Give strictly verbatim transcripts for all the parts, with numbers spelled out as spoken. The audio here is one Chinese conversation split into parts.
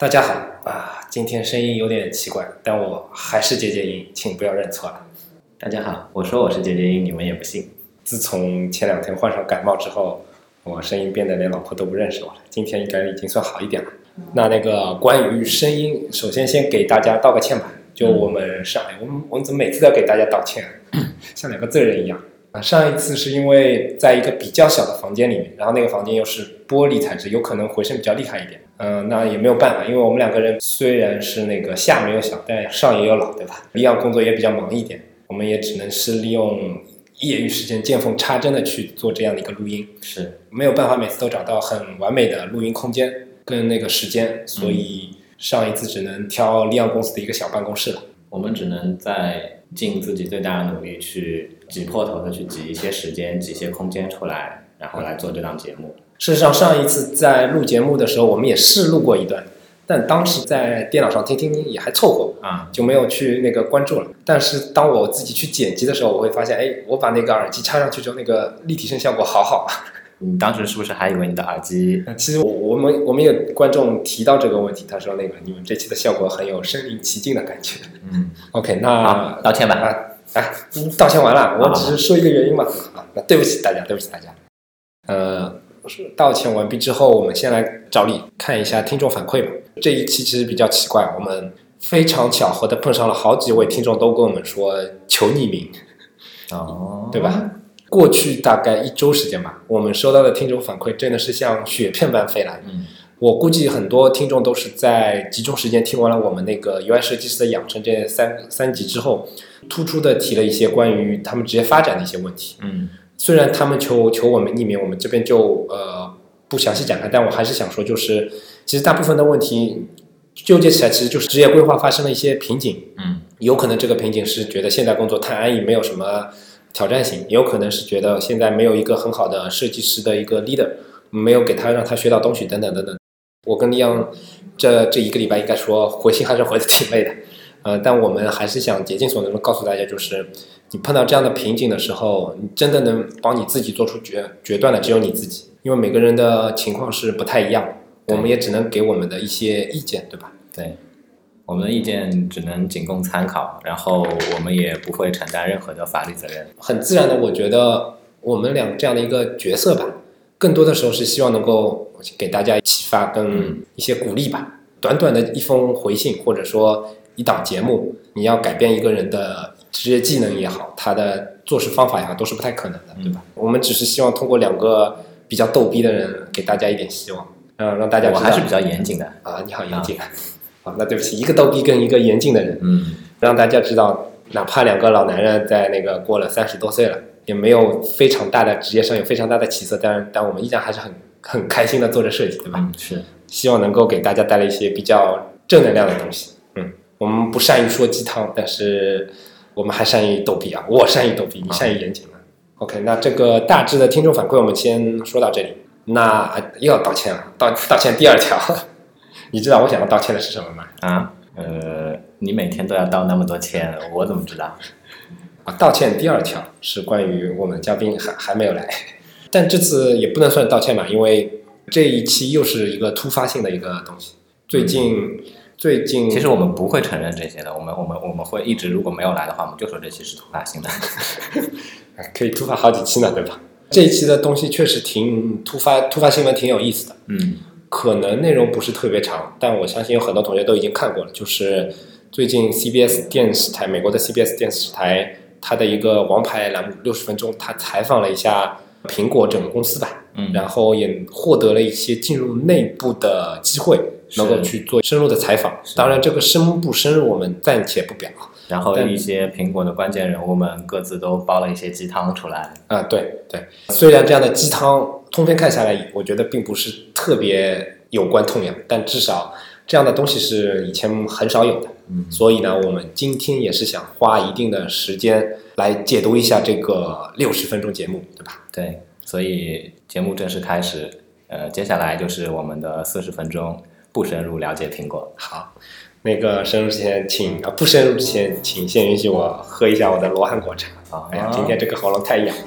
大家好啊，今天声音有点奇怪，但我还是结节音，请不要认错了。 大家好，我说我是结节音，你们也不信。 自从前两天患上感冒之后，我声音变得连老婆都不认识我了。今天应该已经算好一点了。那那个关于声音，首先先给大家道个歉吧。就我们上海，我们我们怎么每次都要给大家道歉，像两个罪人一样啊？上一次是因为在一个比较小的房间里面，然后那个房间又是玻璃材质，有可能回声比较厉害一点。嗯、呃，那也没有办法，因为我们两个人虽然是那个下没有小，但上也有老，对吧？一样工作也比较忙一点，我们也只能是利用业余时间见缝插针的去做这样的一个录音， 是没有办法每次都找到很完美的录音空间跟那个时间，所以上一次只能挑利昂公司的一个小办公室了。 我们只能在尽自己最大的努力去挤破头的去挤一些时间挤一些空间出来，然后来做这档节目。 事实上上一次在录节目的时候我们也试录过一段，但当时在电脑上听听也还凑合啊，就没有去那个关注了。但是当我自己去剪辑的时候，我会发现，哎，我把那个耳机插上去之后，那个立体声效果好好啊。 你当时是不是还以为你的耳机？ 其实我我们我们有观众提到这个问题，他说那个你们这期的效果很有身临其境的感觉。 嗯 ，OK， 那道歉吧。 啊啊，道歉完了，我只是说一个原因嘛。啊，那对不起大家，对不起大家。呃。道歉完毕之后，我们先来照例看一下听众反馈吧。这一期其实比较奇怪，我们非常巧合的碰上了好几位听众都跟我们说求匿名， 哦， 对吧？过去大概一周时间吧，我们收到的听众反馈真的是像雪片般飞来。 嗯， 我估计很多听众都是在集中时间听完了我们那个 U I 设计师的养成这三三集之后，突出的提了一些关于他们职业发展的一些问题。 嗯。 虽然他们求求我们匿名，我们这边就呃不详细展开，但我还是想说，就是其实大部分的问题纠结起来，其实就是职业规划发生了一些瓶颈。 嗯， 有可能这个瓶颈是觉得现在工作太安逸，没有什么挑战性；也有可能是觉得现在没有一个很好的设计师的一个 leader， 没有给他让他学到东西，等等等等。我跟利昂这这一个礼拜应该说回信还是回的挺累的。呃，但我们还是想竭尽所能的告诉大家，就是你碰到这样的瓶颈的时候，你真的能帮你自己做出决决断的只有你自己，因为每个人的情况是不太一样，我们也只能给我们的一些意见，对吧？ 对，我们的意见只能仅供参考，然后我们也不会承担任何的法律责任。 很自然的，我觉得我们俩这样的一个角色吧，更多的时候是希望能够给大家启发跟一些鼓励吧。嗯、短短的一封回信，或者说一档节目，你要改变一个人的职业技能也好，他的做事方法也好，都是不太可能的，对吧？嗯、我们只是希望通过两个比较逗逼的人，给大家一点希望，让让大家知道。 我还是比较严谨的啊，你好严谨啊！好，那对不起，一个逗逼跟一个严谨的人， 嗯， 让大家知道，哪怕两个老男人在那个过了三十多岁了，也没有非常大的职业上有非常大的起色，但但我们依然还是很很开心的做着设计，对吧？ 嗯，是， 希望能够给大家带来一些比较正能量的东西。嗯。我们不善于说鸡汤，但是我们还善于逗逼啊！我善于逗逼，你善于严谨啊。OK， 那这个大致的听众反馈我们先说到这里。那又要道歉了，道道歉第二条，你知道我想要道歉的是什么吗？ 啊，呃，你每天都要道那么多歉，我怎么知道？ 啊，道歉第二条是关于我们嘉宾还还没有来，但这次也不能算道歉吧，因为这一期又是一个突发性的一个东西，最近。嗯最近其实我们不会承认这些的，我们我们我们会一直，如果没有来的话，我们就说这期是突发性的， 可以突发好几期呢，对吧？这一期的东西确实挺突发，突发新闻挺有意思的， 嗯， 可能内容不是特别长，但我相信有很多同学都已经看过了。就是最近 C B S 电视台，美国的 C B S 电视台，它的一个王牌栏目六十分钟，它采访了一下苹果整个公司吧， 嗯， 然后也获得了一些进入内部的机会。能够去做深入的采访，当然这个深不深入我们暂且不表。 然后一些苹果的关键人物们各自都煲了一些鸡汤出来。 啊，对对，虽然这样的鸡汤通篇看下来，我觉得并不是特别有关痛痒，但至少这样的东西是以前很少有的。 嗯， 所以呢，我们今天也是想花一定的时间来解读一下这个六十分钟节目，对吧？ 对，所以节目正式开始，呃，接下来就是我们的四十分钟。不深入了解苹果。 好，那个深入之前请啊，不深入之前请先允许我喝一下我的罗汉果茶。 啊， 哎呀，今天这个喉咙太痒了。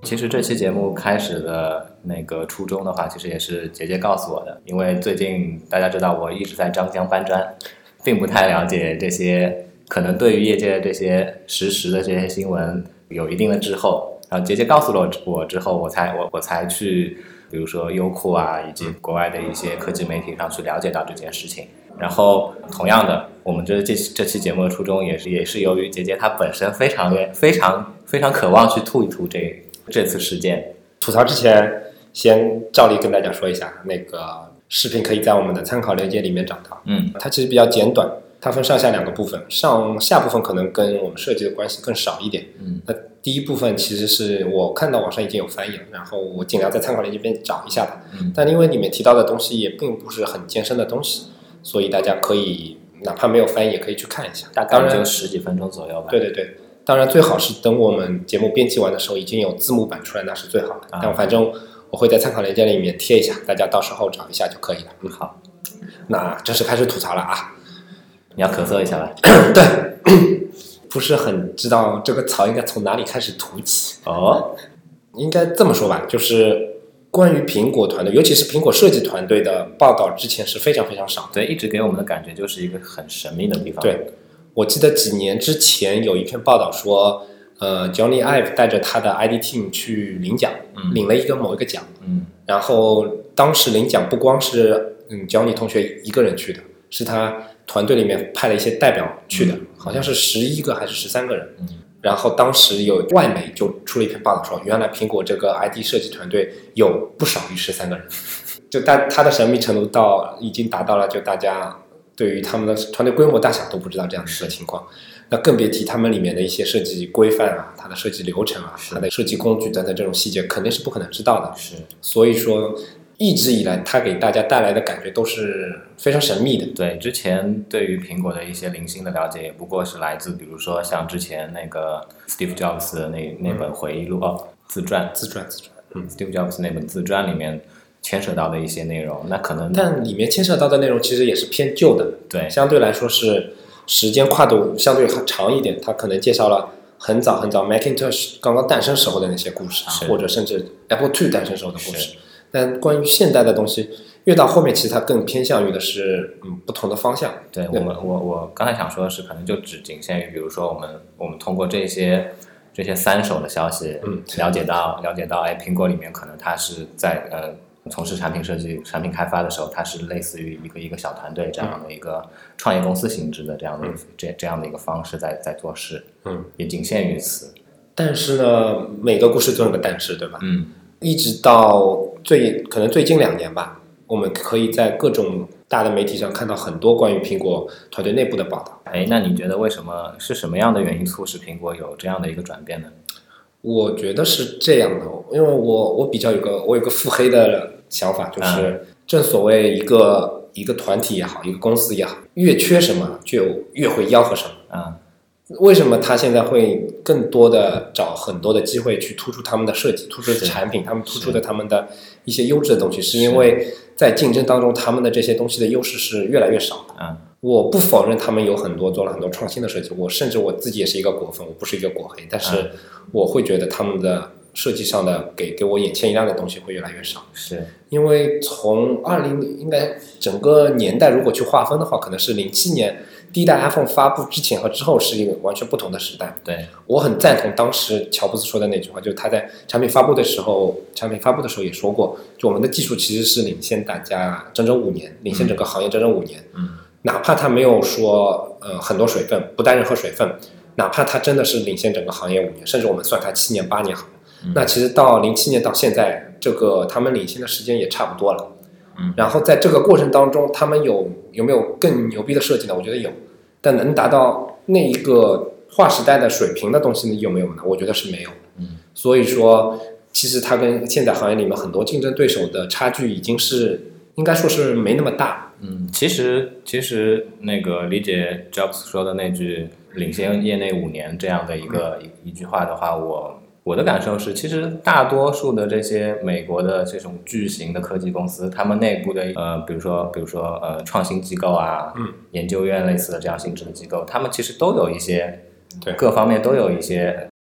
其实这期节目开始的那个初衷的话，其实也是杰杰告诉我的，因为最近大家知道我一直在张江搬砖，并不太了解这些可能对于业界这些实时的这些新闻有一定的滞后，然后杰杰告诉了我之后，我才我我才去比如说优酷啊以及国外的一些科技媒体上去了解到这件事情。然后同样的，我们这这这期节目的初衷也是也是由于杰杰他本身非常非常非常渴望去吐一吐这这次事件。 吐槽之前，先照例跟大家说一下，那个视频可以在我们的参考链接里面找到。 嗯， 它其实比较简短，它分上下两个部分，上下部分可能跟我们设计的关系更少一点。 嗯， 那第一部分其实是我看到网上已经有翻译了，然后我尽量在参考链接边找一下吧。 嗯， 但因为里面提到的东西也并不是很艰深的东西，所以大家可以哪怕没有翻译也可以去看一下， 大概就十几分钟左右吧。 对对对，当然最好是等我们节目编辑完的时候已经有字幕版出来，那是最好的。 啊、 但反正我会在参考链接里面贴一下，大家到时候找一下就可以了。 嗯，好， 那正式开始吐槽了啊！ 你要咳嗽一下吧？ 对，不是很知道这个槽应该从哪里开始吐起。 哦， 应该这么说吧，就是关于苹果团队，尤其是苹果设计团队的报道，之前是非常非常少的。 对，一直给我们的感觉就是一个很神秘的地方。 对，我记得几年之前有一篇报道说，呃 ，Johnny Ive 带着他的 I D team 去领奖， 嗯、 领了一个某一个奖， 嗯， 然后当时领奖不光是嗯 Johnny 同学一个人去的，是他团队里面派了一些代表去的， 嗯、 好像是十一个还是十三个人。 嗯， 然后当时有外媒就出了一篇报道说，原来苹果这个 I D 设计团队有不少于十三个人，就他他的神秘程度到已经达到了，就大家对于他们的团队规模大小都不知道这样的一个情况，那更别提他们里面的一些设计规范啊，它的设计流程啊，它的设计工具等等这种细节肯定是不可能知道的。 是， 所以说一直以来它给大家带来的感觉都是非常神秘的。 对，之前对于苹果的一些零星的了解也不过是来自比如说像之前那个 Steve Jobs 的那那本回忆录、嗯、哦自传自传自传嗯 Steve Jobs 那本自传里面牵扯到的一些内容，那可能但里面牵扯到的内容其实也是偏旧的， 对， 相对来说是时间跨度相对长一点，它可能介绍了很早很早 Macintosh 刚刚诞生时候的那些故事啊，或者甚至 Apple 二 诞生时候的故事。但关于现代的东西，越到后面其实它更偏向于的是嗯不同的方向。 对，我们我我刚才想说的是，可能就只仅限于比如说我们我们通过这些这些三手的消息， 嗯， 了解到了解到，哎，苹果里面可能它是在呃从事产品设计、产品开发的时候，它是类似于一个一个小团队这样的一个创业公司性质的这样的、嗯、这这样的一个方式在在做事， 嗯， 也仅限于此。 但是呢，每个故事都有个但是，对吧？ 嗯， 一直到最可能最近两年吧，我们可以在各种大的媒体上看到很多关于苹果团队内部的报道。 哎，那你觉得为什么是什么样的原因促使苹果有这样的一个转变呢？ 我觉得是这样的，因为我我比较有个我有个腹黑的想法，就是正所谓一个、嗯、一个团体也好，一个公司也好，越缺什么就越会吆喝什么。 嗯， 为什么他现在会更多的找很多的机会去突出他们的设计，突出的产品，他们突出的他们的一些优质的东西，是因为在竞争当中，他们的这些东西的优势是越来越少的。 嗯，我不否认他们有很多做了很多创新的设计，我甚至我自己也是一个果粉，我不是一个果黑，但是我会觉得他们的设计上的给给我眼前一亮的东西会越来越少。 是因为从二零应该整个年代如果去划分的话，可能是零七年第一代 iPhone 发布之前和之后是一个完全不同的时代。 对， 我很赞同当时乔布斯说的那句话，就是他在产品发布的时候，产品发布的时候也说过，就我们的技术其实是领先大家整整五年，领先整个行业整整五年。 嗯， 哪怕他没有说呃很多水分，不带任何水分，哪怕他真的是领先整个行业五年，甚至我们算他七年八年好，嗯，那其实到零七年到现在，这个他们领先的时间也差不多了。 嗯， 然后在这个过程当中，他们有有没有更牛逼的设计呢？我觉得有，但能达到那一个划时代的水平的东西呢，有没有呢？我觉得是没有。 嗯， 所以说，其实它跟现在行业里面很多竞争对手的差距已经是应该说是没那么大。 嗯，其实其实那个理解 Jobs 说的那句领先业内五年这样的一个、嗯、一, 一句话的话，我我的感受是，其实大多数的这些美国的这种巨型的科技公司，他们内部的呃，比如说比如说呃创新机构啊， 嗯， 研究院类似的这样性质的机构，他们其实都有一些对各方面都有一些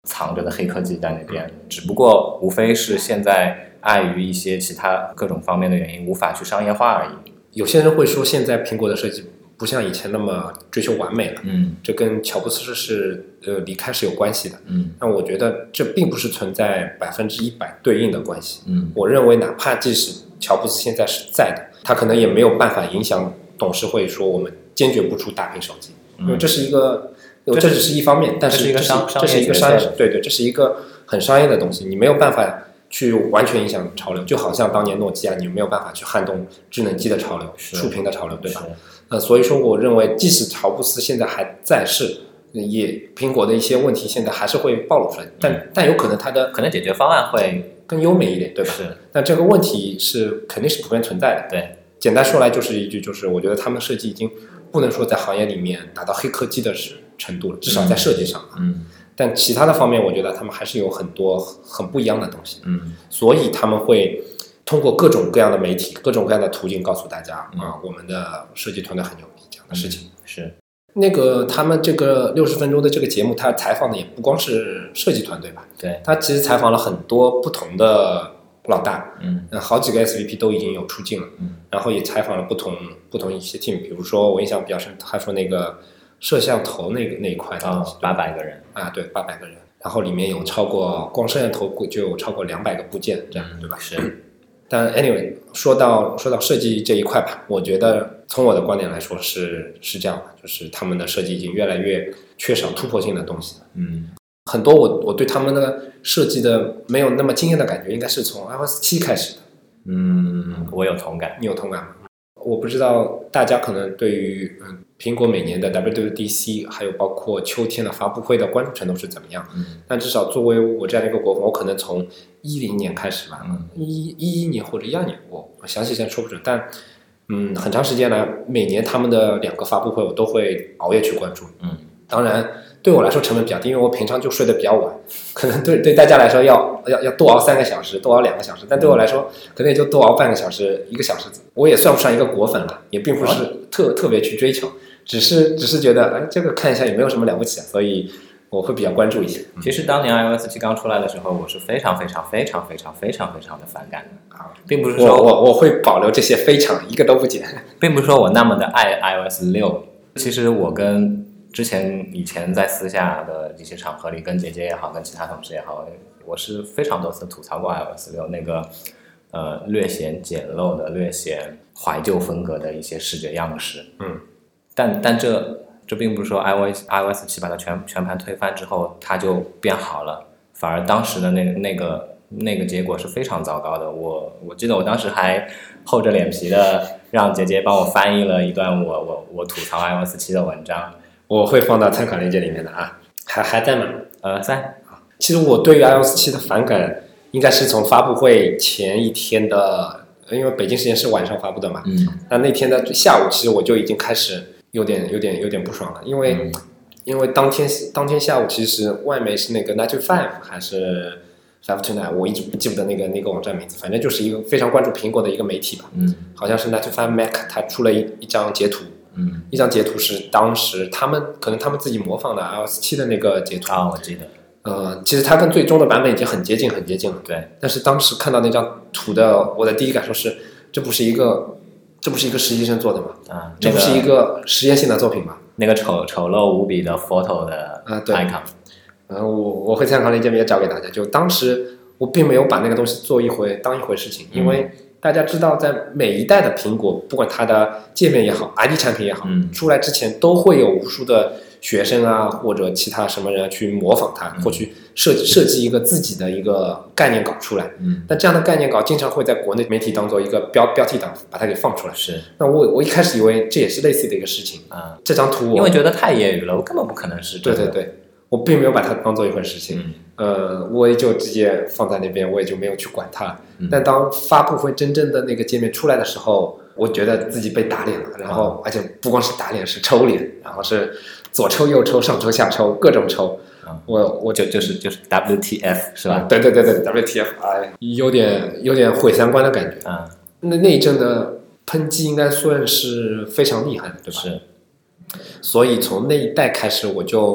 藏着的黑科技在那边，只不过无非是现在碍于一些其他各种方面的原因无法去商业化而已。 有些人会说现在苹果的设计不像以前那么追求完美了， 嗯， 这跟乔布斯是呃离开是有关系的， 嗯， 但我觉得这并不是存在百分之一百对应的关系， 嗯， 我认为哪怕即使乔布斯现在是在的，他可能也没有办法影响董事会说我们坚决不出大屏手机， 嗯， 因为这是一个，这只是一方面，但是这是一个商这是一个商业，对对，这是一个很商业的东西，你没有办法去完全影响潮流，就好像当年诺基亚，你没有办法去撼动智能机的潮流、触屏的潮流，对吧？呃，所以说我认为，即使乔布斯现在还在世，也苹果的一些问题现在还是会暴露出来，但、嗯、但有可能它的可能解决方案会更优美一点，对吧？ 是。 但这个问题是肯定是普遍存在的。 对， 简单说来就是一句，就是我觉得他们设计已经不能说在行业里面达到黑科技的程度了，至少在设计上。 嗯。 但其他的方面，我觉得他们还是有很多很不一样的东西。 嗯。 所以他们会通过各种各样的媒体、各种各样的途径告诉大家啊、 嗯呃，我们的设计团队很牛逼这样的事情。 嗯、是。 那个他们这个六十分钟的这个节目，他采访的也不光是设计团队吧？ 对。 他其实采访了很多不同的老大， 嗯， 好几个 S V P 都已经有出镜了， 嗯， 然后也采访了不同不同一些 team， 比如说我印象比较深，他说那个摄像头那个那一块的东西， 八百个人啊，对，八百个人，然后里面有超过光摄像头就有超过两百个部件，这样、嗯、对吧？ 是。 但 anyway， 说到说到设计这一块吧，我觉得从我的观点来说是是这样的，就是他们的设计已经越来越缺少突破性的东西了。 嗯， 很多我我对他们的设计的没有那么惊艳的感觉，应该是从 iOS 七开始的。 嗯，我有同感。 你有同感吗？我不知道大家可能对于嗯苹果每年的 W W D C 还有包括秋天的发布会的关注程度是怎么样？ 嗯， 但至少作为我这样的一个果粉，我可能从一零年开始吧， 嗯， 一一一年或者一二年，我我详细现在说不准，但嗯，很长时间来，每年他们的两个发布会我都会熬夜去关注。 嗯， 当然对我来说成本比较低，因为我平常就睡得比较晚，可能对对大家来说要要要多熬三个小时，多熬两个小时，但对我来说可能也就多熬半个小时、一个小时，我也算不上一个果粉了，也并不是特特别去追求，只是只是觉得哎，这个看一下也没有什么了不起啊，所以我会比较关注一些。 其实当年 iOS 七刚出来的时候，我是非常非常非常非常非常非常的反感的啊，并不是说我我我会保留这些非常一个都不减， 并不是说我那么的爱 iOS 六，其实我跟之前以前在私下的一些场合里，跟姐姐也好，跟其他同事也好，我是非常多次吐槽过 iOS 六那个呃略显简陋的、略显怀旧风格的一些视觉样式。 嗯， 但但这这并不是说 iOS iOS 七把它全全盘推翻之后它就变好了，反而当时的那个那个那个结果是非常糟糕的。我我记得我当时还厚着脸皮的让姐姐帮我翻译了一段我我我吐槽 iOS 七的文章。 我会放到参考链接里面的啊，还还在吗？ 呃，在。 其实我对于 iOS 七的反感，应该是从发布会前一天的，因为北京时间是晚上发布的嘛， 嗯， 那那天的下午，其实我就已经开始有点、有点、有点不爽了，因为、嗯、因为当天当天下午，其实外媒是那个 nine to five 还是 five to nine， 我一直不记不得那个那个网站名字，反正就是一个非常关注苹果的一个媒体吧， 嗯， 好像是 nine to five Mac， 它出了一一张截图。 嗯， 一张截图是当时他们可能他们自己模仿的 iOS 七的那个截图啊，我记得。 呃，其实它跟最终的版本已经很接近，很接近了。 对。 但是当时看到那张图的，我的第一感受是，这不是一个，这不是一个实习生做的吗？ 啊， 这不是一个实验性的作品吗？ 那个丑丑陋无比的 photo 的 icon。 啊，对。呃，我我会参考链接也找给大家。就当时我并没有把那个东西做一回当一回事情，因为。大家知道，在每一代的苹果，不管它的界面也好 ，I D 产品也好， 嗯， 出来之前都会有无数的学生啊，或者其他什么人去模仿它， 嗯、 或去设计设计一个自己的一个概念稿出来。 嗯， 但这样的概念稿经常会在国内媒体当做一个标标题党，把它给放出来。 是。 那我我一开始以为这也是类似的一个事情啊、嗯。 这张图我因为觉得太业余了，我根本不可能是真的。 对对对。我并没有把它当做一回事情， 嗯、 呃，我也就直接放在那边，我也就没有去管它。 嗯、 但当发布会真正的那个界面出来的时候，我觉得自己被打脸了，然后、嗯、而且不光是打脸，是抽脸，然后是左抽右抽上抽下抽各种抽。 嗯、 我我就就是就是 W T F 是吧？ 嗯、对对对对 W T F， 哎，有点有点毁三观的感觉。 啊、 嗯，那那一阵的抨击应该算是非常厉害的，对吧？ 是。 所以从那一代开始，我就。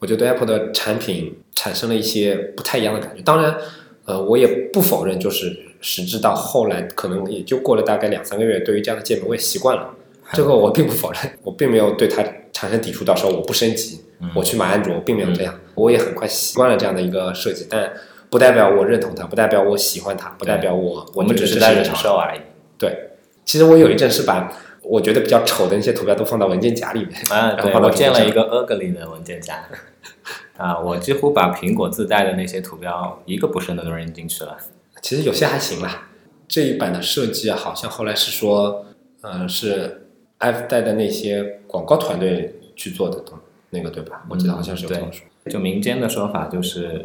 我就对 Apple 的产品产生了一些不太一样的感觉。当然，呃，我也不否认，就是时至到后来，可能也就过了大概两三个月，对于这样的界面我也习惯了。这个我并不否认，我并没有对它产生抵触，到时候我不升级，我去买安卓，我并没有这样，我也很快习惯了这样的一个设计，但不代表我认同它，不代表我喜欢它，不代表我我们只是在忍受而已。 对，其实我有一阵是把我觉得比较丑的那些图标都放到文件夹里面。 啊，对，我建了一个 ugly 的文件夹。啊，我几乎把苹果自带的那些图标一个不剩的都扔进去了。 其实有些还行啦。这一版的设计好像后来是说，呃，是 iPhone 带的那些广告团队去做的，那个对吧？我记得好像是有这么说。 就民间的说法就是，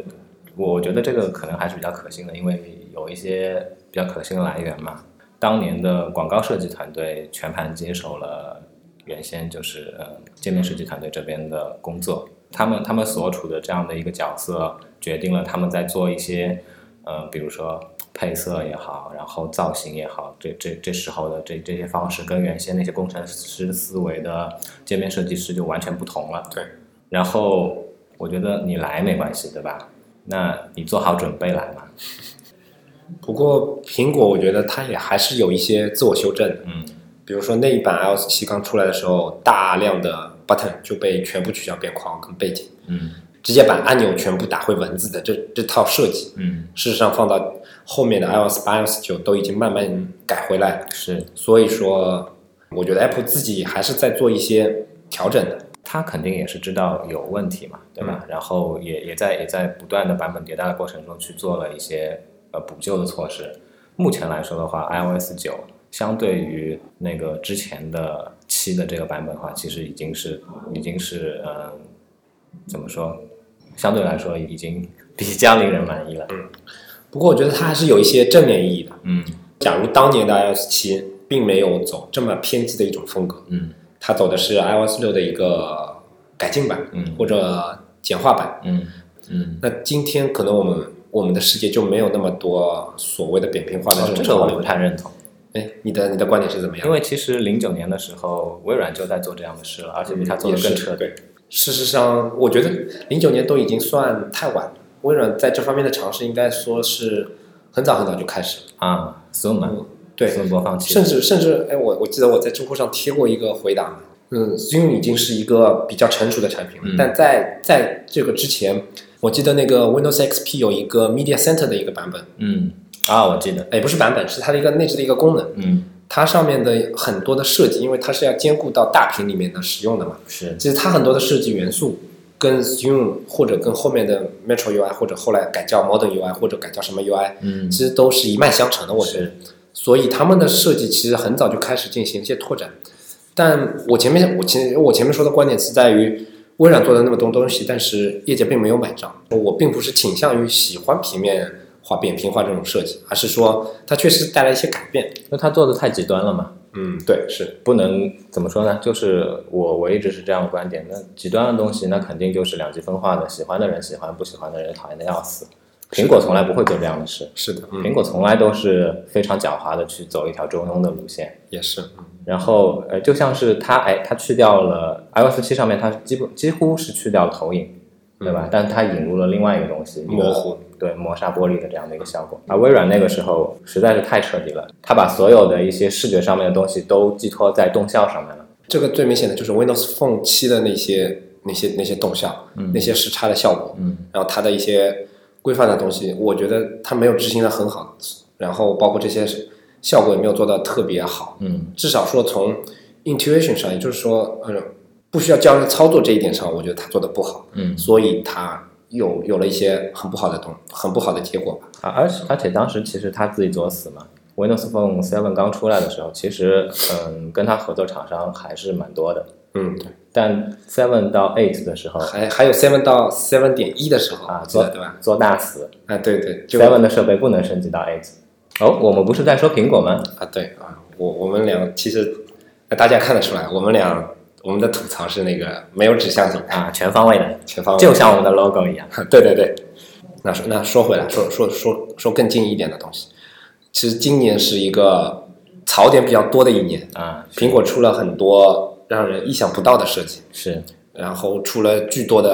我觉得这个可能还是比较可信的，因为有一些比较可信的来源嘛。当年的广告设计团队全盘接手了原先就是呃界面设计团队这边的工作，他们他们所处的这样的一个角色，决定了他们在做一些呃比如说配色也好，然后造型也好，这这这时候的这这些方式跟原先那些工程师思维的界面设计师就完全不同了。 对， 然后我觉得你来没关系，对吧？那你做好准备来嘛。 不过苹果我觉得它也还是有一些自我修正的， 嗯， 比如说那一版 iOS 七刚出来的时候，大量的 button 就被全部取消边框跟背景， 嗯， 直接把按钮全部打回文字的这这套设计， 嗯， 事实上放到后面的 iOS 八、iOS 九都已经慢慢改回来了， 是， 所以说我觉得 Apple 自己还是在做一些调整的。 他肯定也是知道有问题嘛，对吧？嗯、然后也也在也在不断的版本迭代的过程中去做了一些呃补救的措施。目前来说的话 ，iOS 九相对于那个之前的七的这个版本的话，其实已经是已经是呃怎么说？相对来说已经比较令人满意了。 嗯，不过我觉得它还是有一些正面意义的。 嗯， 假如当年的 iOS 七并没有走这么偏激的一种风格， 嗯。 它走的是 iOS 六的一个改进版， 嗯， 或者简化版， 嗯嗯。 那今天可能我们我们的世界就没有那么多所谓的扁平化的这种、哦、 这个我不太认同。 哎，你的你的观点是怎么样？ 因为其实零九年的时候，微软就在做这样的事了，而且比它做得更彻底。 对，事实上，我觉得零九年都已经算太晚了。微软在这方面的尝试，应该说是很早很早就开始了啊 ，Zoom 嘛。 嗯对， 播放器， 甚至甚至，哎，我我记得我在知乎上贴过一个回答，嗯 ，Zoom 已经是一个比较成熟的产品了， 嗯、 但在在这个之前，我记得那个 Windows X P 有一个 Media Center 的一个版本， 嗯，啊，我记得， 哎，不是版本，是它的一个内置的一个功能， 嗯， 它上面的很多的设计，因为它是要兼顾到大屏里面的使用的嘛， 是， 其实它很多的设计元素跟 Zoom 或者跟后面的 Metro U I 或者后来改叫 Modern U I 或者改叫什么 U I， 嗯， 其实都是一脉相承的，我觉得。所以他们的设计其实很早就开始进行一些拓展，但我前面我前我前面说的观点是在于微软做的那么多东西，但是业界并没有买账。我并不是倾向于喜欢平面化、扁平化这种设计，而是说它确实带来一些改变。 因为它做的太极端了嘛。 嗯，对，是不能怎么说呢？就是我我一直是这样的观点。那极端的东西，那肯定就是两极分化的，喜欢的人喜欢，不喜欢的人讨厌的要死。苹果从来不会做这样的事， 是的，嗯、 苹果从来都是非常狡猾的去走一条中庸的路线， 也是。 嗯、然后呃，就像是它，哎，它去掉了 iOS 七上面，它基本几乎是去掉了投影，对吧？嗯、但它引入了另外一个东西， 模糊， 对磨砂玻璃的这样的一个效果。而微软那个时候实在是太彻底了，它把所有的一些视觉上面的东西都寄托在动效上面了。 这个最明显的就是 Windows Phone 七的那些那些那些动效， 嗯、 那些时差的效果， 嗯， 然后它的一些规范的东西，我觉得它没有执行的很好，然后包括这些效果也没有做到特别好， 嗯， 至少说从 intuition 上，也就是说，呃，不需要教人操作这一点上，我觉得它做的不好， 嗯， 所以它有有了一些很不好的东，很不好的结果吧。 啊，而且而且当时其实他自己作死嘛 ，Windows Phone 七刚出来的时候，其实嗯，跟他合作厂商还是蛮多的， 嗯，对。 但七到八的时候， 还还有七到七点一的时候啊，做对吧？ 做大死啊，对对， 七的设备不能升级到八。哦，我们不是在说苹果吗？ 啊，对啊，我我们俩其实大家看得出来，我们俩我们的吐槽是那个没有指向性啊，全方位的， 全方位， 就像我们的 logo 一样。 对对对，那说那说回来，说说说说更近一点的东西，其实今年是一个槽点比较多的一年啊， 苹果出了很多让人意想不到的设计， 是， 然后出了巨多的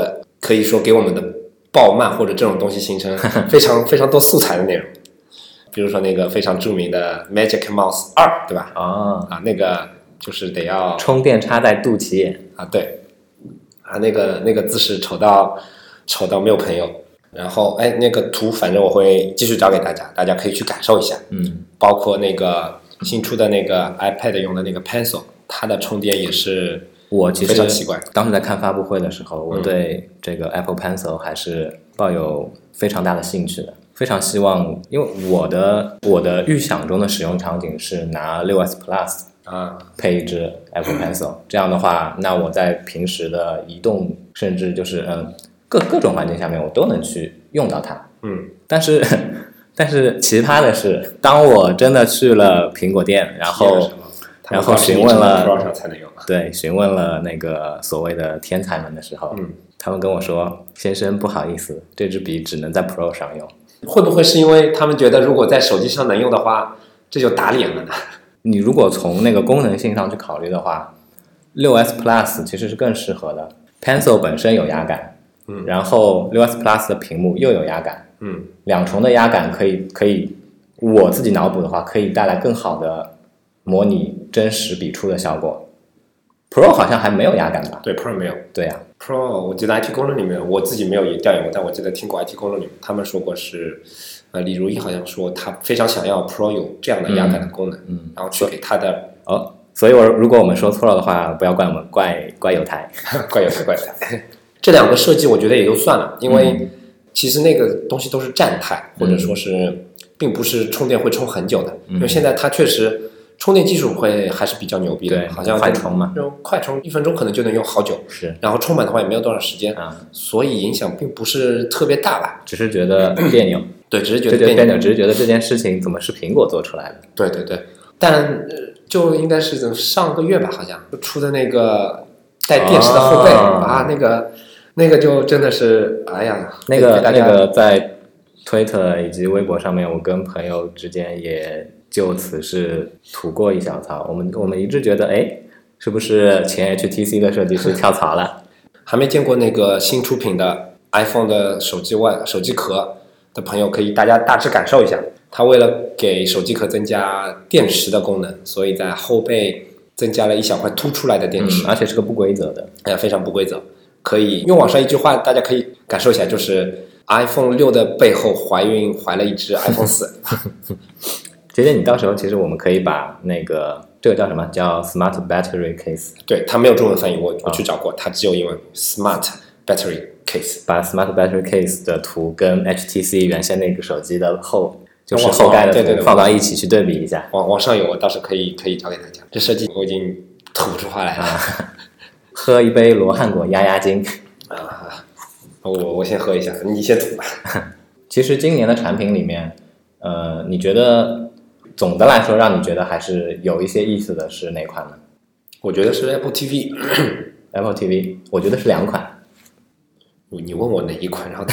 可以说给我们的爆漫或者这种东西形成非常非常多素材的内容。比如说那个非常著名的 Magic Mouse 二，对吧？ 哦啊，那个就是得要充电插在肚脐眼啊，对啊，那个那个姿势丑到丑到没有朋友。然后哎，那个图反正我会继续找给大家，大家可以去感受一下。 嗯， 包括那个新出的那个 iPad 用的那个 Pencil， 它的充电也是我其实非常奇怪。 当时在看发布会的时候，我对这个 Apple Pencil 还是抱有非常大的兴趣的。非常希望，因为我的我的预想中的使用场景是拿 六 S Plus 啊配一支 Apple Pencil， 这样的话，那我在平时的移动，甚至就是嗯各各种环境下面，我都能去用到它。 嗯， 但是但是奇葩的是，当我真的去了苹果店，然后然后询问了 Pro 上才能用， 对，询问了那个所谓的天才们的时候， 嗯， 他们跟我说，先生不好意思，这支笔只能在 Pro 上用。 会不会是因为他们觉得如果在手机上能用的话，这就打脸了呢？ 你如果从那个功能性上去考虑的话， 六 S Plus 其实是更适合的。 Pencil 本身有压感， 嗯， 然后 六 S Plus 的屏幕又有压感， 嗯， 两重的压感可以可以，我自己脑补的话，可以带来更好的模拟真实笔触的效果。 Pro 好像还没有压感吧？ 对 Pro 没有。 对啊， Pro 我记得 I T 功能里面，我自己没有也调研过，但我记得听过 I T 功能里面他们说过是，呃，李如一好像说他非常想要 Pro 有这样的压感的功能， 嗯， 然后去给他的哦，所以我如果我们说错了的话，不要怪我们，怪怪有台， 怪有台怪有台。这两个设计我觉得也就算了，因为其实那个东西都是站态，或者说是并不是充电会充很久的，因为现在它确实充电技术会还是比较牛逼的， 对， 好像快充嘛， 用快充一分钟可能就能用好久， 是， 然后充满的话也没有多长时间， 啊， 所以影响并不是特别大吧？ 只是觉得别扭， 对，只是觉就得别扭，只是觉得这件事情怎么是苹果做出来的？ 对对对，但呃就应该是上个月吧，好像就出的那个带电池的后背、 哦、 啊，那个那个就真的是，哎呀， 那个那个在推特以及微博上面，我跟朋友之间也就此是吐过一小槽。我们我们一致觉得，哎，是不是前 H T C 的设计师跳槽了？ 还没见过那个新出品的 iPhone 的手机外手机壳的朋友，可以大家大致感受一下。它为了给手机壳增加电池的功能，所以在后背增加了一小块凸出来的电池， 嗯、而且是个不规则的， 哎呀，非常不规则。可以用网上一句话，大家可以感受一下，就是 iPhone 六的背后怀孕怀了一只 iPhone 四。 姐姐，你到时候其实我们可以把那个这个叫什么叫 Smart Battery Case， 对，它没有中文翻译，我我去找过，它只有英文 Smart Battery Case。 把 Smart Battery Case 的图跟 H T C 原先那个手机的后就是后盖的图对对对放到一起去对比一下。 网网上有，我倒是可以可以找给大家。这设计我已经吐出话来了。 啊、喝一杯罗汉果压压惊。 啊，我我先喝一下，你先吐吧。 其实今年的产品里面，呃，你觉得总的来说让你觉得还是有一些意思的是哪款呢？ 我觉得是 Apple T V。Apple T V， 我觉得是两款。 你问我哪一款，然后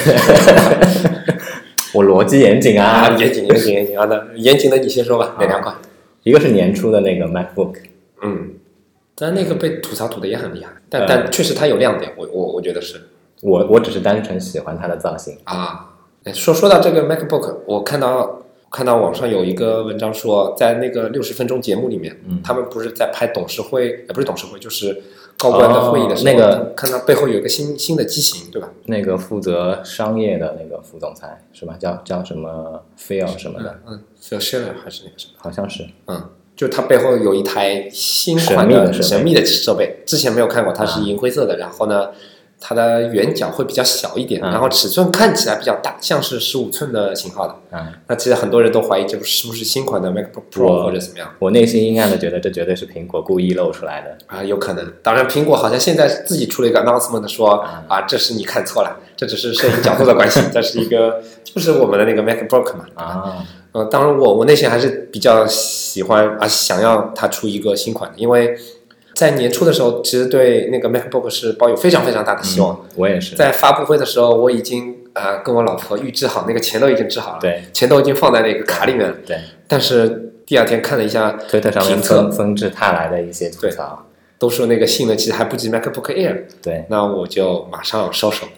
我逻辑严谨啊， 啊严谨严谨严谨啊，那严谨的你先说吧，哪两款？ 一个是年初的那个 MacBook， 嗯，但那个被吐槽吐的也很厉害，但、呃、但确实它有亮点，我我我觉得是。 我我只是单纯喜欢它的造型啊。说说到这个 MacBook， 我看到看到网上有一个文章说，在那个六十分钟节目里面， 嗯， 他们不是在拍董事会，也不是董事会，就是高官的会议的时候， 哦、那个看到背后有一个新新的机型，对吧？ 那个负责商业的那个副总裁是吧？叫叫什么 Phil 什么的？ 嗯 ，Phil Schiller 还是那个什么？ 好像是。 嗯，就是它背后有一台新款的神秘的设备，之前没有看过，它是银灰色的，啊、然后呢，它的圆角会比较小一点， 嗯、 然后尺寸看起来比较大，像是十五寸的型号的。 嗯， 那其实很多人都怀疑这是不是新款的 MacBook Pro 或者怎么样。 我内心阴暗的觉得这绝对是苹果故意露出来的啊，有可能。当然，苹果好像现在自己出了一个 announcement 说，嗯、啊，这是你看错了，这只是摄影角度的关系，这是一个就是我们的那个 MacBook 嘛。 啊， 呃，当然我我内心还是比较喜欢啊，想要它出一个新款的，因为在年初的时候，其实对那个 MacBook 是抱有非常非常大的希望。 嗯、我也是。 在发布会的时候，我已经啊、呃、跟我老婆预制好，那个钱都已经制好了， 对， 钱都已经放在那个卡里面了。 对。 但是第二天看了一下推特上面纷纷至沓来的一些吐槽， 都说那个性能其实还不及 MacBook Air。 对。 那我就马上收手。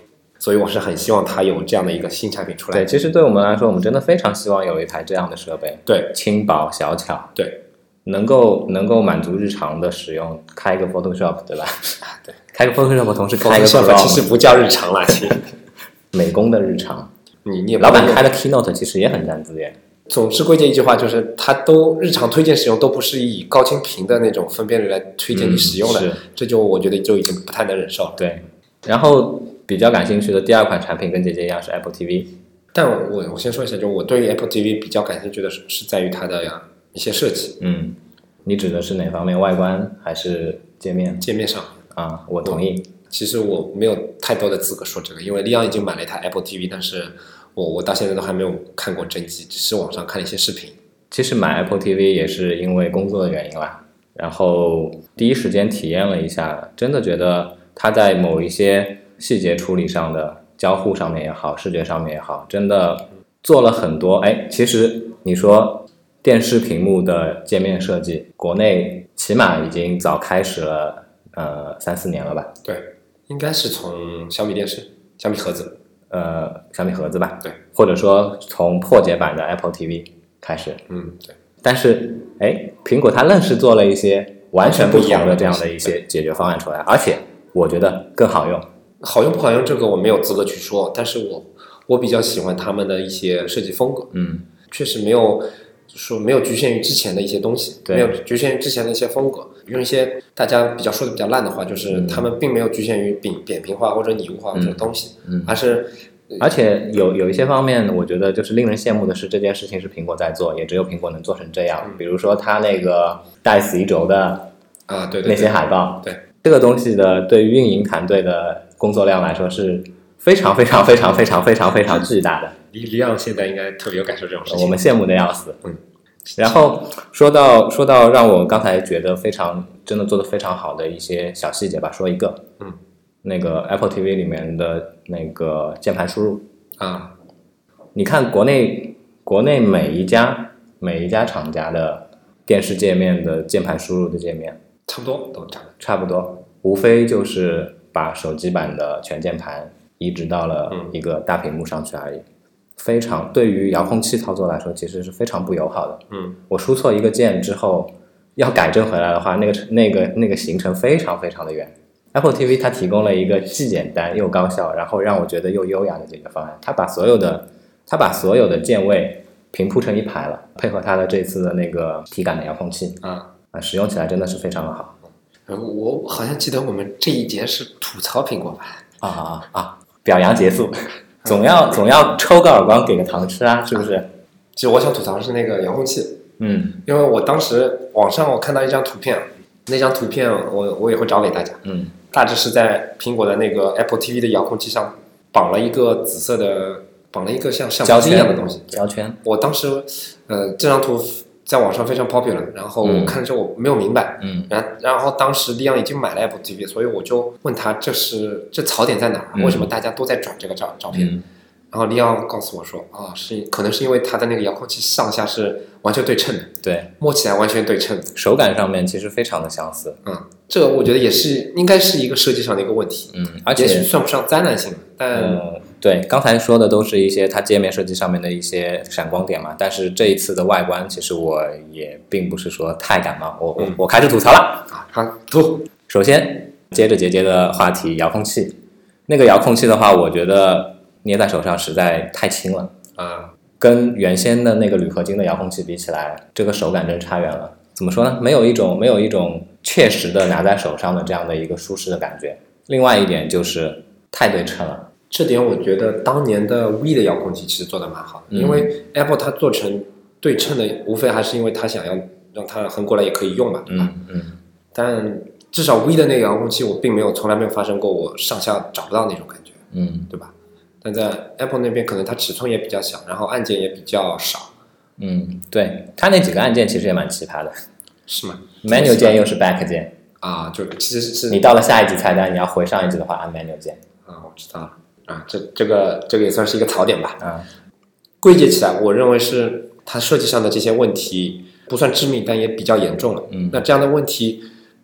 所以我是很希望它有这样的一个新产品出来。 对，其实对我们来说，我们真的非常希望有一台这样的设备， 对， 轻薄小巧， 对， 能够能够满足日常的使用，开个 Photoshop 对吧？ 对， 开个 Photoshop 同时开个 Photoshop 其实不叫日常了，其实美工的日常。 你你也老板开的 Keynote 其实也很占资源。 总之归结一句话就是，它都日常推荐使用都不是以高清屏的那种分辨率来推荐你使用的， 嗯、 这就我觉得就已经不太能忍受了。 对，然后比较感兴趣的第二款产品跟姐姐一样是 Apple T V， 但我我先说一下，就我对于 Apple T V 比较感兴趣的是是在于它的一些设计。 嗯，你指的是哪方面？外观还是界面？ 界面上啊，我同意。 其实我没有太多的资格说这个，因为利昂已经买了一台 Apple T V， 但是我我到现在都还没有看过真机，只是网上看了一些视频。 其实买 Apple T V 也是因为工作的原因啦，然后第一时间体验了一下，真的觉得它在某一些细节处理上的交互上面也好，视觉上面也好，真的做了很多。哎，其实你说电视屏幕的界面设计，国内起码已经早开始了，呃，三四年了吧？ 对，应该是从小米电视、小米盒子。 呃，小米盒子吧， 对， 或者说从破解版的 Apple T V 开始， 嗯，对。 但是，哎，苹果它愣是做了一些完全不同的这样的一些解决方案出来，而且我觉得更好用。 好用不好用这个我没有资格去说，但是我我比较喜欢他们的一些设计风格， 嗯， 确实没有说没有局限于之前的一些东西，没有局限于之前的一些风格。用一些大家比较说的比较烂的话，就是他们并没有局限于扁扁平化或者拟物化这种东西， 嗯， 而是而且有有一些方面，我觉得就是令人羡慕的是，这件事情是苹果在做，也只有苹果能做成这样。 嗯、 比如说它那个带死一轴的啊，对那些海报， 对，对对这个东西的对于运营团队的工作量来说是非常非常非常非常非常非常巨大的。 李李昂现在应该特别有感受这种事情， 我们羡慕的要死。 嗯。 然后说到说到让我刚才觉得非常真的做得非常好的一些小细节吧，说一个， 嗯， 那个 Apple T V 里面的那个键盘输入啊， 你看国内国内每一家每一家厂家的电视界面的键盘输入的界面差不多都差不多， 差不多，无非就是把手机版的全键盘移植到了一个大屏幕上去而已。嗯，非常对于遥控器操作来说，其实是非常不友好的。 嗯， 我输错一个键之后，要改正回来的话，那个那个那个行程非常非常的远。Apple T V 它提供了一个既简单又高效，然后让我觉得又优雅的解决方案。它把所有的它把所有的键位平铺成一排了，配合它的这次的那个体感的遥控器啊啊，使用起来真的是非常的好。 我好像记得我们这一节是吐槽苹果吧？ 啊啊啊！表扬结束。总要总要抽个耳光给个糖吃啊，是不是？ 其实我想吐槽的是那个遥控器， 嗯， 因为我当时网上我看到一张图片，那张图片我我也会找给大家， 嗯， 大致是在苹果的那个 Apple T V 的遥控器上绑了一个紫色的，绑了一个像橡皮筋一样的东西， 胶圈。 我当时，呃，这张图在网上非常 popular， 然后我看了之后我没有明白， 嗯， 然然后当时利昂已经买了 Apple T V， 所以我就问他这是这槽点在哪儿？ 嗯、 为什么大家都在转这个照照片？ 嗯， 然后利昂告诉我说，啊，是可能是因为它的那个遥控器上下是完全对称的， 对， 摸起来完全对称， 手感上面其实非常的相似。 嗯，这个我觉得也是应该是一个设计上的一个问题， 嗯，而且也许算不上灾难性，但、 呃、对，刚才说的都是一些它界面设计上面的一些闪光点嘛，但是这一次的外观，其实我也并不是说太感冒，我我、嗯、我开始吐槽了啊，好，吐。 首先接着杰杰的话题，遥控器，那个遥控器的话，我觉得捏在手上实在太轻了啊， 跟原先的那个铝合金的遥控器比起来，这个手感真差远了。怎么说呢？没有一种没有一种切实的拿在手上的这样的一个舒适的感觉。另外一点就是太对称了， 这点我觉得当年的 V 的遥控器其实做的蛮好的，嗯、因为 Apple 它做成对称的，无非还是因为它想要让它横过来也可以用嘛，对吧？ 嗯嗯。 但至少 V 的那个遥控器，我并没有从来没有发生过我上下找不到那种感觉， 嗯， 对吧？但在 Apple 那边可能它尺寸也比较小，然后按键也比较少。 嗯，对，它那几个按键其实也蛮奇葩的。 是吗 ？Menu 键又是 Back 键啊，就其实是你到了下一级菜单，你要回上一级的话，按 Menu 键。 啊，我知道了啊，这这个这个也算是一个槽点吧。 啊， 归结起来，我认为是它设计上的这些问题不算致命，但也比较严重了。 嗯， 那这样的问题，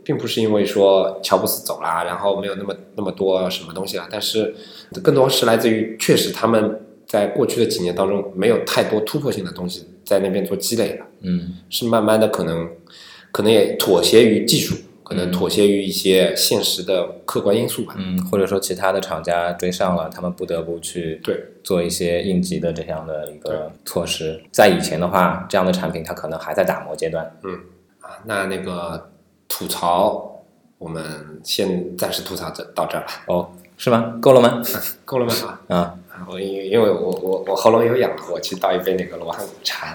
并不是因为说乔布斯走了，然后没有那么那么多什么东西了，但是更多是来自于确实他们在过去的几年当中没有太多突破性的东西在那边做积累了， 嗯， 是慢慢的可能可能也妥协于技术，可能妥协于一些现实的客观因素吧， 嗯，或者说其他的厂家追上了，他们不得不去对做一些应急的这样的一个措施。在以前的话，这样的产品它可能还在打磨阶段。 嗯啊，那那个吐槽我们先暂时吐槽这到这儿吧。 哦，是吗？够了吗？ 够了吗？啊啊， 我因为因为我我我喉咙有痒，我去倒一杯那个罗汉果茶。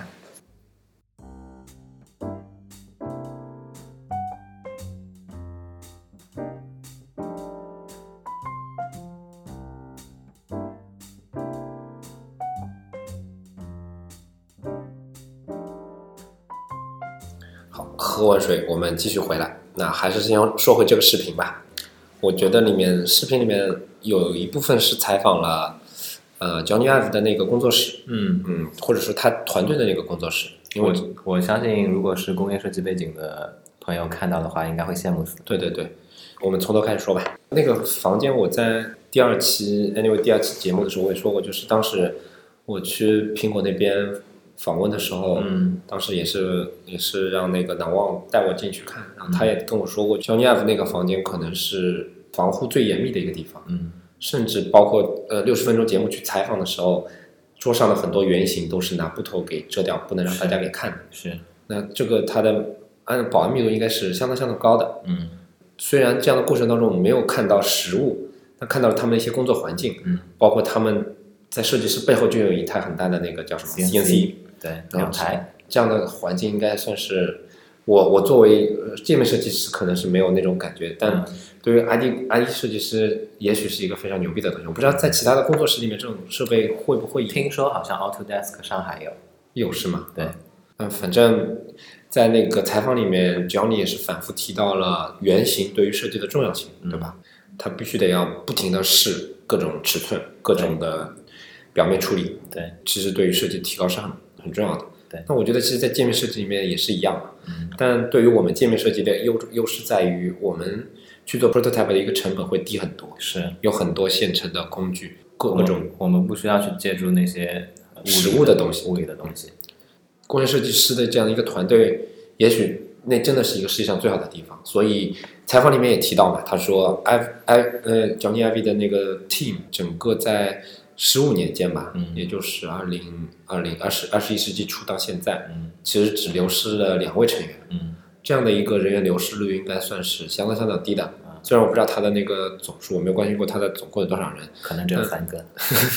好，喝完水，我们继续回来。那还是先说回这个视频吧。我觉得里面视频里面有一部分是采访了，呃 ，Johnny Ive 的那个工作室， 嗯嗯，或者说他团队的那个工作室。因为我我相信，如果是工业设计背景的朋友看到的话，应该会羡慕死。 对对对，我们从头开始说吧。那个房间我在第二期 anyway 第二期节目的时候我也说过，就是当时我去苹果那边访问的时候， 嗯， 当时也是也是让那个南望带我进去看，然后他也跟我说过 Johnny Ive 那个房间可能是防护最严密的一个地方， 嗯， 甚至包括呃六十分钟节目去采访的时候，桌上的很多原型都是拿布头给遮掉，不能让大家给看的。 是， 那这个它的按保安密度应该是相当相当高的。 嗯， 虽然这样的过程当中我们没有看到实物，但看到了他们的一些工作环境， 嗯， 包括他们在设计师背后就有一台很大的那个叫什么 C N C， 对，两台， 这样的环境应该算是我我作为界面设计师可能是没有那种感觉，但对于 I D I D 设计师也许是一个非常牛逼的东西。我不知道在其他的工作室里面这种设备会不会有， 听说好像 Autodesk 上海有， 有是吗？ 对， 嗯，反正在那个采访里面 Johnny 也是反复提到了原型对于设计的重要性，对吧？他必须得要不停的试各种尺寸、各种的表面处理， 对， 其实对于设计提高是很很重要的。 对， 那我觉得其实，在界面设计里面也是一样， 嗯， 但对于我们界面设计的优优势在于，我们去做 prototype 的一个成本会低很多， 是有很多现成的工具，各我们种我们不需要去借助那些实物的东西， 物理的东西。 工业设计师的这样一个团队，也许那真的是一个世界上最好的地方。所以采访里面也提到嘛，他说 I I 呃 Johnny Ive 的那个 team 整个在十五年间吧， 嗯， 也就是二零二零二十二十一世纪初到现在， 嗯， 其实只流失了两位成员， 嗯， 这样的一个人员流失率应该算是相当相当低的。 嗯， 虽然我不知道他的那个总数，我没有关心过他的总共有多少人， 可能只有三个，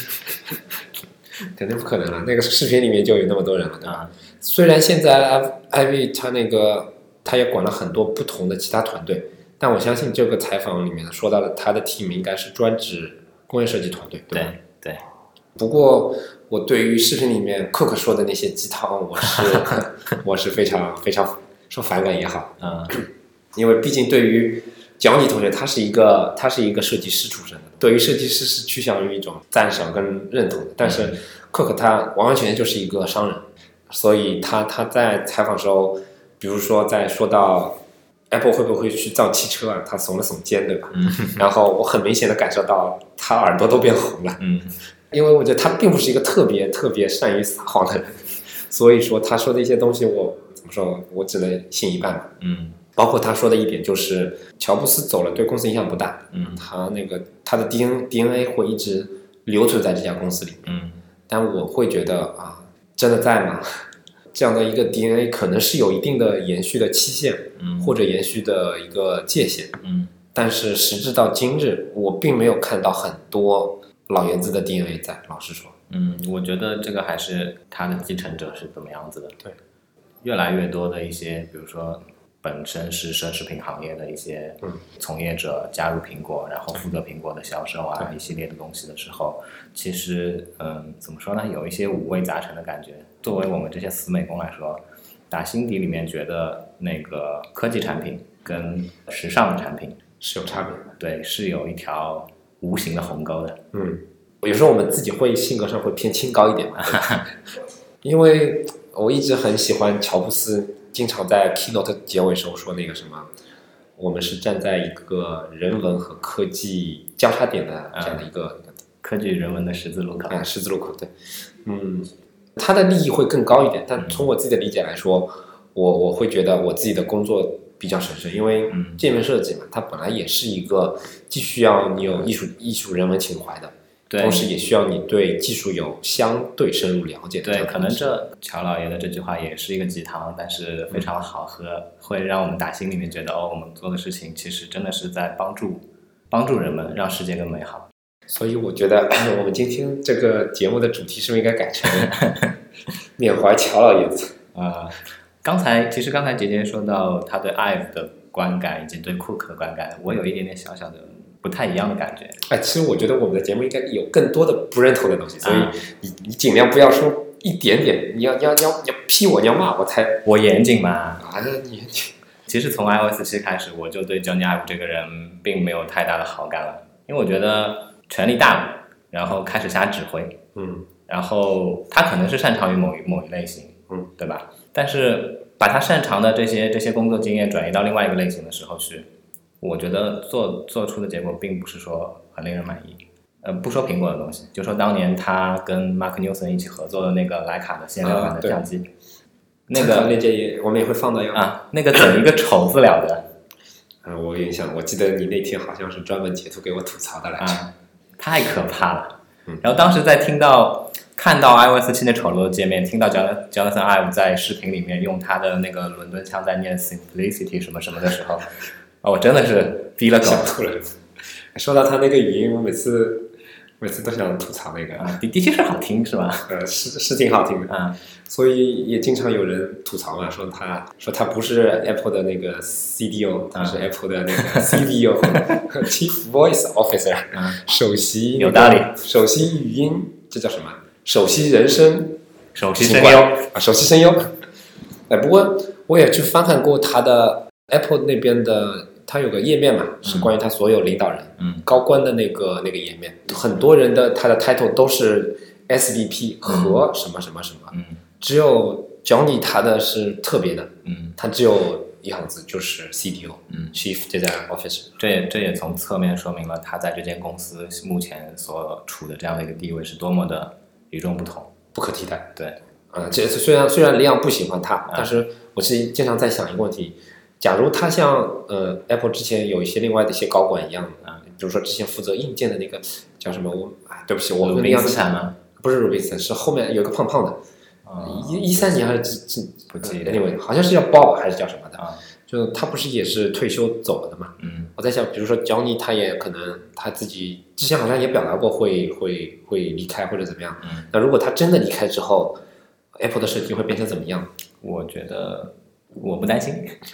肯定不可能了。那个视频里面就有那么多人了，对吧？ 嗯， 虽然现在 Ivy 他那个他也管了很多不同的其他团队，但我相信这个采访里面说到的他的 team 应该是专指工业设计团队，对吧？ 对对。 不过我对于视频里面 Cook 说的那些鸡汤，我是我是非常非常说反感也好， 嗯， 因为毕竟对于Johnny同学，他是一个他是一个设计师出身的，对于设计师是趋向于一种赞赏跟认同的，但是 Cook 他完完全全就是一个商人，所以他他在采访时候，比如说在说到 Apple 会不会去造汽车啊，他耸了耸肩，对吧？ 嗯， 然后我很明显的感受到他耳朵都变红了， 嗯， 因为我觉得他并不是一个特别特别善于撒谎的人，所以说他说的一些东西我怎么说，我只能信一半吧。 嗯， 包括他说的一点就是乔布斯走了对公司影响不大， 嗯， 他那个他的 D N D N A 会一直留存在这家公司里面， 嗯， 但我会觉得啊，真的在吗？这样的一个 D N A 可能是有一定的延续的期限， 嗯， 或者延续的一个界限， 嗯， 但是时至到今日，我并没有看到很多老爷子的 D N A 在，老实说， 嗯，我觉得这个还是他的继承者是怎么样子的。 对， 越来越多的一些，比如说本身是奢侈品行业的一些从业者加入苹果，然后负责苹果的销售啊，一系列的东西的时候，其实嗯，怎么说呢，有一些五味杂陈的感觉。作为我们这些死美工来说，打心底里面觉得那个科技产品跟时尚的产品是有差别的， 对，是有一条无形的鸿沟的。 嗯，有时候我们自己会性格上会偏清高一点嘛，因为我一直很喜欢乔布斯经常在 keynote 结尾时候说那个什么我们是站在一个人文和科技交叉点的这样的一个、 嗯、科技人文的十字路口啊，十字路口，对，嗯，它的利益会更高一点，但从我自己的理解来说，我我会觉得我自己的工作比较神圣，因为界面设计嘛，它本来也是一个既需要你有艺术艺术人文情怀的。同时也需要你对技术有相对深入了解的。 对，可能这乔老爷的这句话也是一个鸡汤，但是非常好喝，嗯、会让我们打心里面觉得哦，我们做的事情其实真的是在帮助帮助人们，让世界更美好。 所以我觉得我们今天这个节目的主题是不是应该改成缅怀乔老爷子？ 啊、呃，刚才其实刚才杰杰说到他对 I V E 的观感以及对 Cook 的观感，我有一点点小小的。不太一样的感觉。 哎，其实我觉得我们的节目应该有更多的不认同的东西，所以你你尽量不要说一点点，你要要要要批我，你要骂我才。 我严谨嘛。 啊，你严谨。 其实从 iOS 七开始，我就对 Jony Ive 这个人并没有太大的好感了，因为我觉得权力大了，然后开始瞎指挥， 嗯， 然后他可能是擅长于某一某一类型， 嗯， 对吧？但是把他擅长的这些这些工作经验转移到另外一个类型的时候去。我觉得做做出的结果并不是说很令人满意，呃，不说苹果的东西，就说当年他跟 Mark Newson 一起合作的那个徕卡的限量版的相机， 啊、 那个链接也我们也会放到样啊，那个整一个丑字了的， 啊，我有印象，我记得你那天好像是专门截图给我吐槽的来着， 啊，太可怕了。 嗯、 然后当时在听到看到 iOS 七的丑陋的界面，听到 Jonathan Ive 在视频里面用他的那个伦敦腔在念 Simplicity 什么什么的时候。哦，我真的是低了狗， 想吐了。说到他那个语音，我每次每次都想吐槽那个啊，的的确是好听，是吧？ 呃，是是挺好听的啊， 所以也经常有人吐槽嘛，说他说他不是 Apple 的那个 C D O， 他是 Apple 的那个 C V O，Chief Voice Officer，、 啊、 首席、那个、 有道理， 首席语音，这叫什么？首席人声， 首席声优啊，首席声优。哎，不过我也去翻看过他的 Apple 那边的。它有个页面嘛，是关于他所有领导人、 嗯、 高官的那个那个页面，很多人的他的 title 都是 S V P 和什么什么什么， 嗯、 只有 Jony 他的是特别的， 嗯， 他只有一行字，就是 C D O， 嗯 Chief Design Officer。 这也这也从侧面说明了他在这间公司目前所处的这样的一个地位是多么的与众不同， 不可替代。 对， 啊、呃，这虽然虽然李昂不喜欢他、嗯，但是我是经常在想一个问题。假如他像呃 Apple 之前有一些另外的一些高管一样啊，比如说之前负责硬件的那个叫什么我啊，对不起，我鲁宾斯坦吗？ 不是鲁宾斯坦，是后面有个胖胖的，一一三年还是不记得， 因为好像是叫 Bob 还是叫什么的， 啊、 就他不是也是退休走了的嘛？ 嗯， 我在想，比如说 Jony 他也可能他自己之前好像也表达过会会会离开或者怎么样， 嗯， 那如果他真的离开之后 ，Apple 的设计会变成怎么样？ 我觉得我不担心。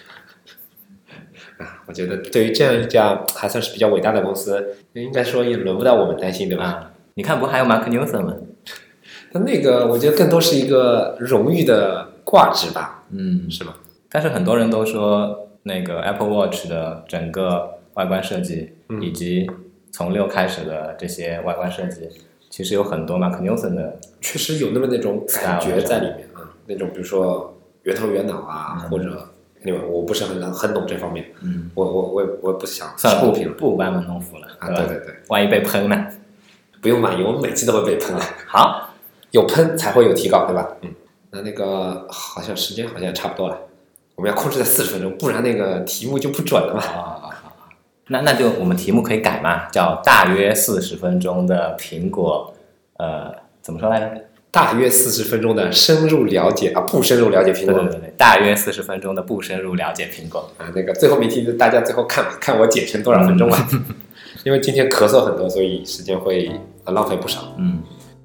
啊，我觉得对于这样一家还算是比较伟大的公司，应该说也轮不到我们担心，对吧？ 啊、你看，不还有 Mark Newson 吗？ 但那个我觉得更多是一个荣誉的挂职吧， 嗯， 是吗？ 但是很多人都说，那个 Apple Watch 的整个外观设计， 嗯、 以及从六开始的这些外观设计，其实有很多 Mark Newson 的， 确实有那么那种感觉在里面啊，那种比如说圆头圆脑啊， 嗯、 或者。另外，我不是很很懂这方面， 嗯， 我我我也我也不想算了， 不评不班门弄斧了啊，对对对， 万一被喷呢？ 不用满意，我们每次都会被喷啊。 好， 有喷才会有提高，对吧？嗯，那那个好像时间好像差不多了，我们要控制在四十分钟，不然那个题目就不准了嘛。 啊，那那就我们题目可以改嘛，叫大约四十分钟的苹果，呃，怎么说来着？ 大约四十分钟的深入了解啊，不深入了解苹果。 对对对，大约四十分钟的不深入了解苹果啊。那个最后谜题大家最后看吧，看我剪成多少分钟吧。嗯、因为今天咳嗽很多，所以时间会浪费不少。 嗯。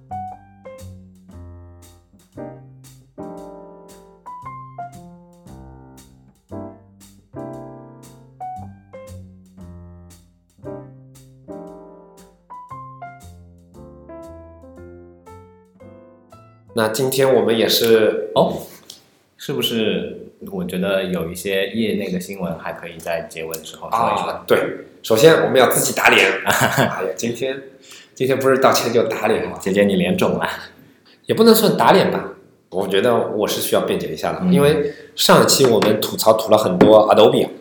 那今天我们也是哦，是不是？我觉得有一些业内的新闻还可以在结尾的时候说一说。 啊，对，首先我们要自己打脸。哎呀，今天今天不是道歉就打脸， 姐姐你脸肿了， 也不能算打脸吧。我觉得我是需要辩解一下的， 嗯、 因为上一期我们吐槽吐了很多 Adobe，对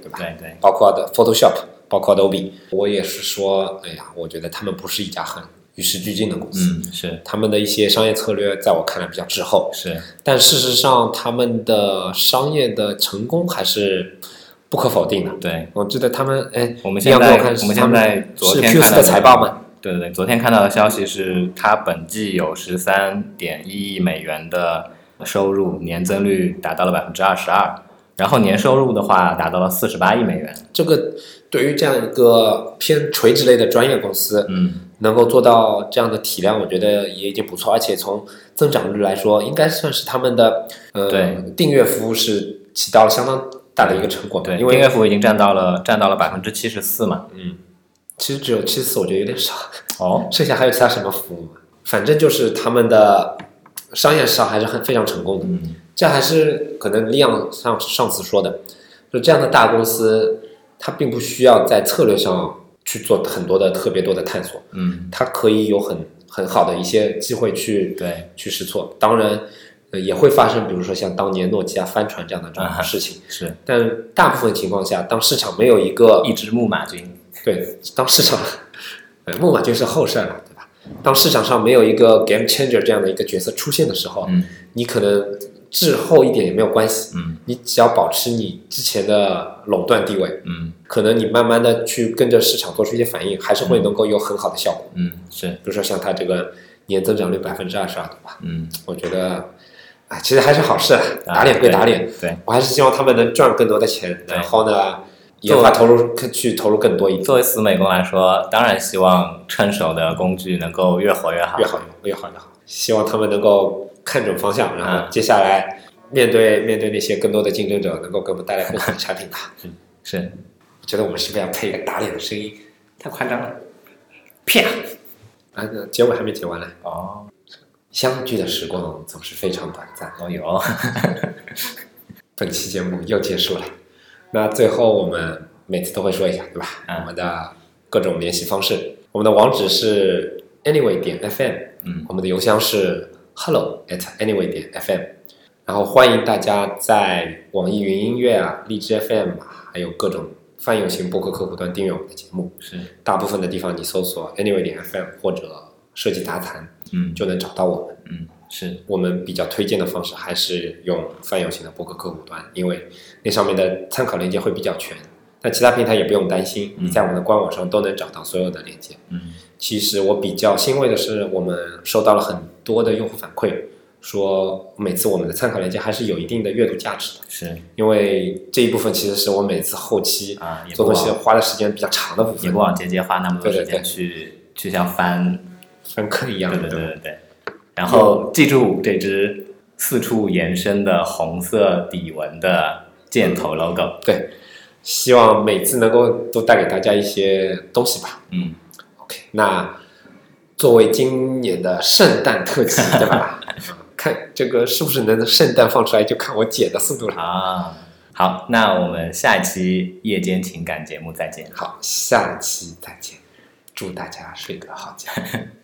对吧？ 对对， 包括的 Photoshop， 包括 Adobe， 我也是说，哎呀，我觉得他们不是一家很与时俱进的公司， 嗯，是他们的一些商业策略在我看来比较滞后， 是， 但事实上他们的商业的成功还是不可否定的。 对， 我记得他们，哎， 我们现在我看我们现在昨天是 Q 四的财报嘛？ 对对对，昨天看到的消息是，它本季有十三点一亿美元的收入，年增率达到了百分之二十二，然后年收入的话达到了四十八亿美元。 这个对于这样一个偏垂直类的专业公司， 嗯， 能够做到这样的体量，我觉得也已经不错，而且从增长率来说，应该算是他们的呃订阅服务是起到了相当大的一个成果。 对， 因为订阅服务已经占到了占到了百分之七十四嘛。 嗯，其实只有七十四，我觉得有点少。 哦， 剩下还有其他什么服务？反正就是他们的商业上还是很非常成功的。 嗯， 这还是可能利昂上上次说的，就这样的大公司，它并不需要在策略上去做很多的特别多的探索。 嗯， 它可以有很很好的一些机会去对去试错。当然，呃，也会发生，比如说像当年诺基亚翻船这样的这种事情。 啊、是， 但大部分情况下，当市场没有一个一只木马军， 对，当市场，呃，木马军是后事了，对吧？当市场上没有一个 game changer 这样的一个角色出现的时候， 嗯， 你可能滞后一点也没有关系， 嗯， 你只要保持你之前的垄断地位， 嗯， 可能你慢慢的去跟着市场做出一些反应，还是会能够有很好的效果。 嗯，是， 比如说像它这个年增长率百分之二十二，对吧？ 嗯， 我觉得，啊，其实还是好事，打脸归打脸， 啊、对，对我还是希望他们能赚更多的钱，然后呢，研发投入去投入更多一点。 作为死美工来说，当然希望趁手的工具能够越活越好， 越好越好越好。希望他们能够看准方向，然后接下来面对、嗯、面对那些更多的竞争者，能够给我们带来更好的产品吧。 嗯，是。 我觉得我们是不是要配一个打脸的声音？ 太夸张了， 啪！啊，结尾还没结完呢。 哦， 相聚的时光总是非常短暂。 哦有。 本期节目又结束了。那最后我们每次都会说一下，对吧？ 嗯、 我们的各种联系方式，我们的网址是 anyway 点 fm， 嗯， 我们的邮箱是 hello at anyway 点 fm， 然后欢迎大家在网易云音乐啊、荔枝 F M 啊，还有各种泛用型播客客户端订阅我们的节目。 是， 大部分的地方你搜索 anyway 点 F M 或者设计杂谈， 嗯， 就能找到我们。 嗯，是我们比较推荐的方式还是用泛用型的播客客户端，因为那上面的参考链接会比较全。但其他平台也不用担心，你在我们的官网上都能找到所有的链接。 嗯， 其实我比较欣慰的是，我们收到了很多的用户反馈，说每次我们的参考链接还是有一定的阅读价值的。 是， 因为这一部分其实是我每次后期啊做东西花的时间比较长的部分， 也不往节节花那么多时间去对对对去像翻翻坑一样的。 对对对对对。然后记住这只四处延伸的红色底纹的箭头 logo。 对。希望每次能够都带给大家一些东西吧。 嗯 ，OK， 那作为今年的圣诞特辑，对吧？看这个是不是能圣诞放出来，就看我剪的速度了啊。好，那我们下一期夜间情感节目再见。 好，下期再见，祝大家睡个好觉。